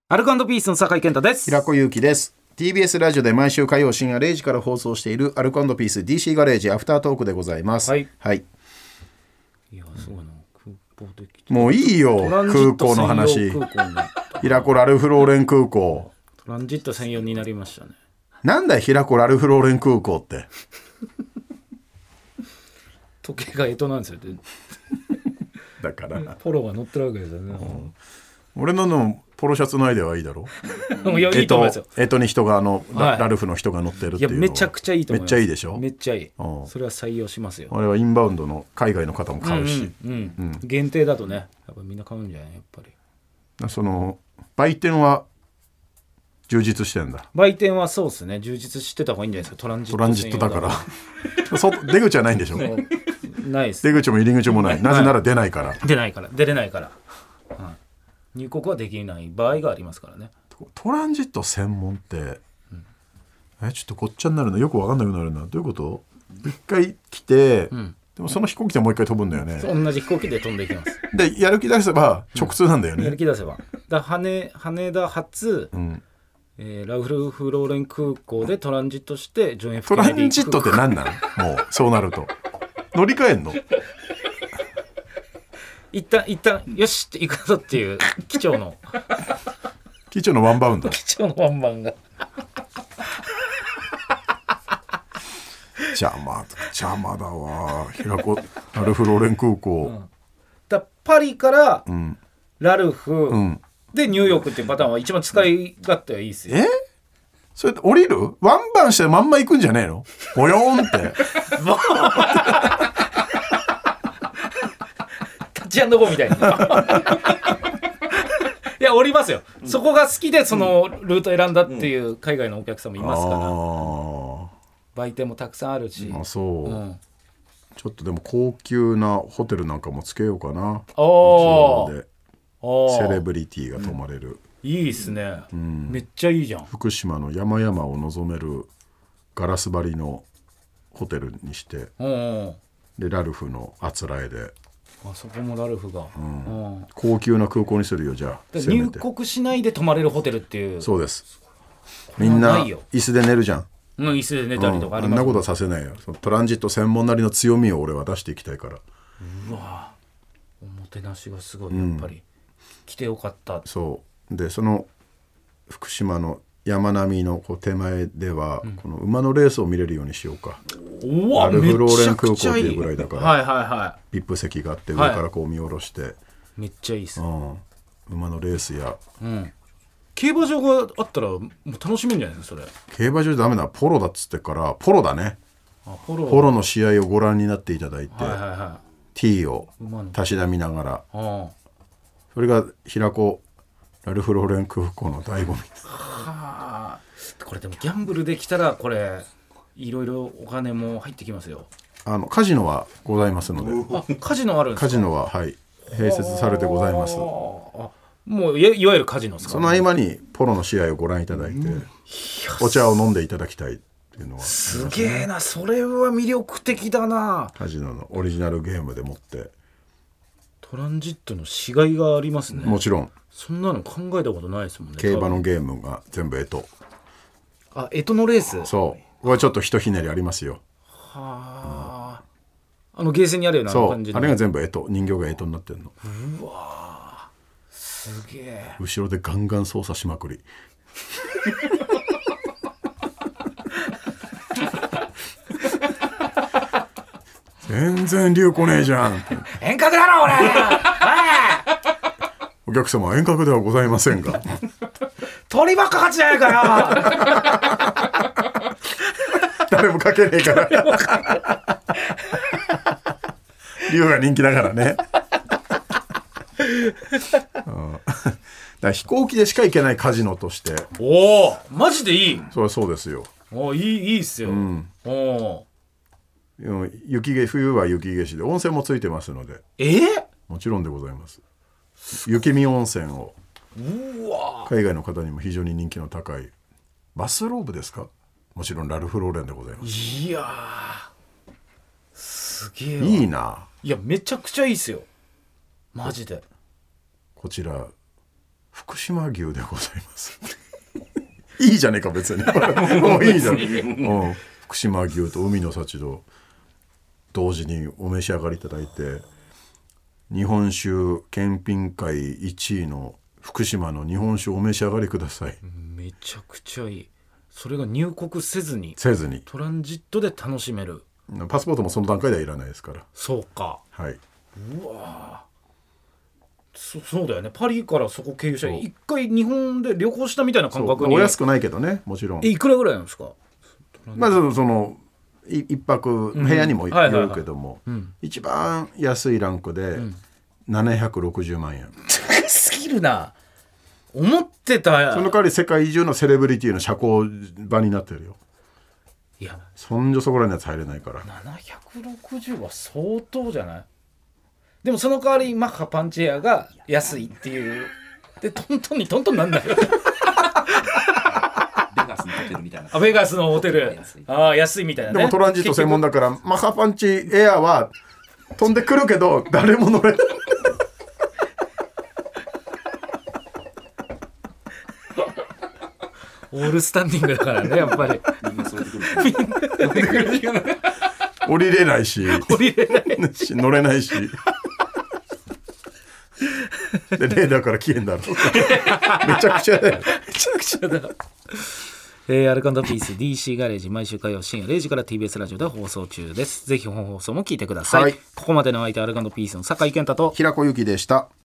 アルコ&ピースの酒井健太です。 平子祐希です。 TBS ラジオで毎週火曜深夜0時から放送しているアルコ&ピース DC ガレージアフタートークでございます。 はい、 はい、 いやすごいな。空港できてもういいよ空港の話。平子ラルフローレン空港トランジット専用になりましたね。 なんだよ平子ラルフローレン空港って時計が干支なんですよだからポロが乗ってるわけですよね、 俺のポロシャツのアイデアはいいだろいやいいと思いますよ。 干支に人がはい、 ラルフの人が乗ってるっていうのは。 いやめちゃくちゃいいと思います。 めっちゃいいでしょ。 めっちゃいい。それは採用しますよ。 あれはインバウンドの海外の方も買うし、 限定だとねやっぱみんな買うんじゃないやっぱり。 その売店は充実してんだ。 売店はそうですね、充実してた方がいいんじゃないですか。トランジットだから出口はないんでしょないです。 出口も入り口もない。なぜなら出ないから、 出れないから、入国はできない場合がありますからね。 トランジット専門って、ちょっとこっちゃになるのよく分かんなくなるな。どういうこと？一回来て、でもその飛行機でもう一回飛ぶんだよね。 同じ飛行機で飛んでいきます。 でやる気出せば直通なんだよね、 やる気出せば。羽田発、ラルフローレン空港でトランジットしてジョン F トランジットって何なの？もうそうなると乗り換えんの？ 一旦よしって行くぞっていう機長のワンバウンド機長のワンバウンドが邪魔だわ平子ラルフローレン空港、 だパリから、ラルフ、でニューヨークっていうパターンは一番使い勝手はいいですよ。 それで降りるワンバンしてまんま行くんじゃねえの？ボヨーンってタッチアンドゴーみたいにいや降りますよ、そこが好きでそのルート選んだっていう海外のお客さんもいますから、売店もたくさんあるし。 そう、ちょっとでも高級なホテルなんかもつけようかな。セレブリティが泊まれる、 いいっすね、めっちゃいいじゃん。 福島の山々を望めるガラス張りのホテルにして、でラルフのあつらえで、 あそこもラルフが、 高級な空港にするよ。じゃあ入国しないで泊まれるホテルっていう。そうです。みんな椅子で寝るじゃん。 椅子で寝たりとかあります、 あんなことはさせないよ。トランジット専門なりの強みを俺は出していきたいから。 うわおもてなしがすごい。やっぱり、来てよかった。 そうでその福島の山並みの手前では、この馬のレースを見れるようにしようか。ラルフローレン空港っていうぐらいだから、VIP 席があって上からこう見下ろして、 めっちゃいいっす、 馬のレースや、 競馬場があったらもう楽しめるんじゃないですか。それ競馬場じゃダメだ、ポロだっつってからポロだね。ポロの試合をご覧になっていただいて、T をたしなみながら、それが平子ラルフローレン空港の醍醐味。 これでもギャンブルできたらこれいろいろお金も入ってきますよ。 カジノはございますので。 カジノあるんですか？ カジノは併設されてございます。 もういわゆるカジノですか？ その合間にポロの試合をご覧いただいて、お茶を飲んでいただきたいっていうのは、 すげえな。それは魅力的だな。 カジノのオリジナルゲームでもってトランジットのしがいがありますね。もちろんそんなの考えたことないですもんね。 競馬のゲームが全部干支。 干支のレース。 そうこれちょっとひとひねりありますよ。 はあ、ゲーセンにあるような感じの。 あれが全部干支、人形が干支になってるの。 うわすげえ。 後ろでガンガン操作しまくり全然竜来ねえじゃん。 遠隔だろ俺お客様遠隔ではございませんが鳥ばっか勝ちじゃないかよ誰もかけねえから竜が人気だからねだから飛行機でしか行けないカジノとして。 おおマジでいい。 そうですよ。 いいっすよ、 冬は雪景色で温泉もついてますので。もちろんでございます。雪見温泉を海外の方にも非常に人気の高い。バスローブですか？もちろんラルフローレンでございます。 いやすげえいいな。 いやめちゃくちゃいいっすよマジで。 こちら福島牛でございますいいじゃねえか別にもういいじゃん、うん、福島牛と海の幸と同時にお召し上がりいただいて、日本酒検品会1位の福島の日本酒をお召し上がりください。 めちゃくちゃいい。それが入国せずにトランジットで楽しめる。 パスポートもその段階ではいらないですから。 そうか。 はい。 うわ、そうだよね。パリからそこ経由して一回日本で旅行したみたいな感覚に。 お安くないけどね、もちろん。 いくらぐらいなんですか。 まずその一泊部屋にもよるけども、一番安いランクで760万円、 高すぎるな。思ってた。 その代わり世界中のセレブリティの社交場になってるよ。 いや、 そんじょそこらのやつ入れないから。 760は相当じゃない。でもその代わりマッハパンチエアが安いっていうで、トントンにトントンなんだよベガスのホテルあ安いみたいなね。 でもトランジット専門だからマッハパンチエアは飛んでくるけど誰も乗れないオールスタンディングだからね、やっぱりみんなそれでくる降りれないし乗れないしでレーダーから消えんだろめちゃくちゃだよ。 めちゃくちゃだ。アルカンドピース DC ガレージ、毎週火曜深夜0時から TBS ラジオで放送中です。ぜひ本放送も聞いてください、はい、ここまでの相手アルカンドピースの酒井健太と平子ゆきでした。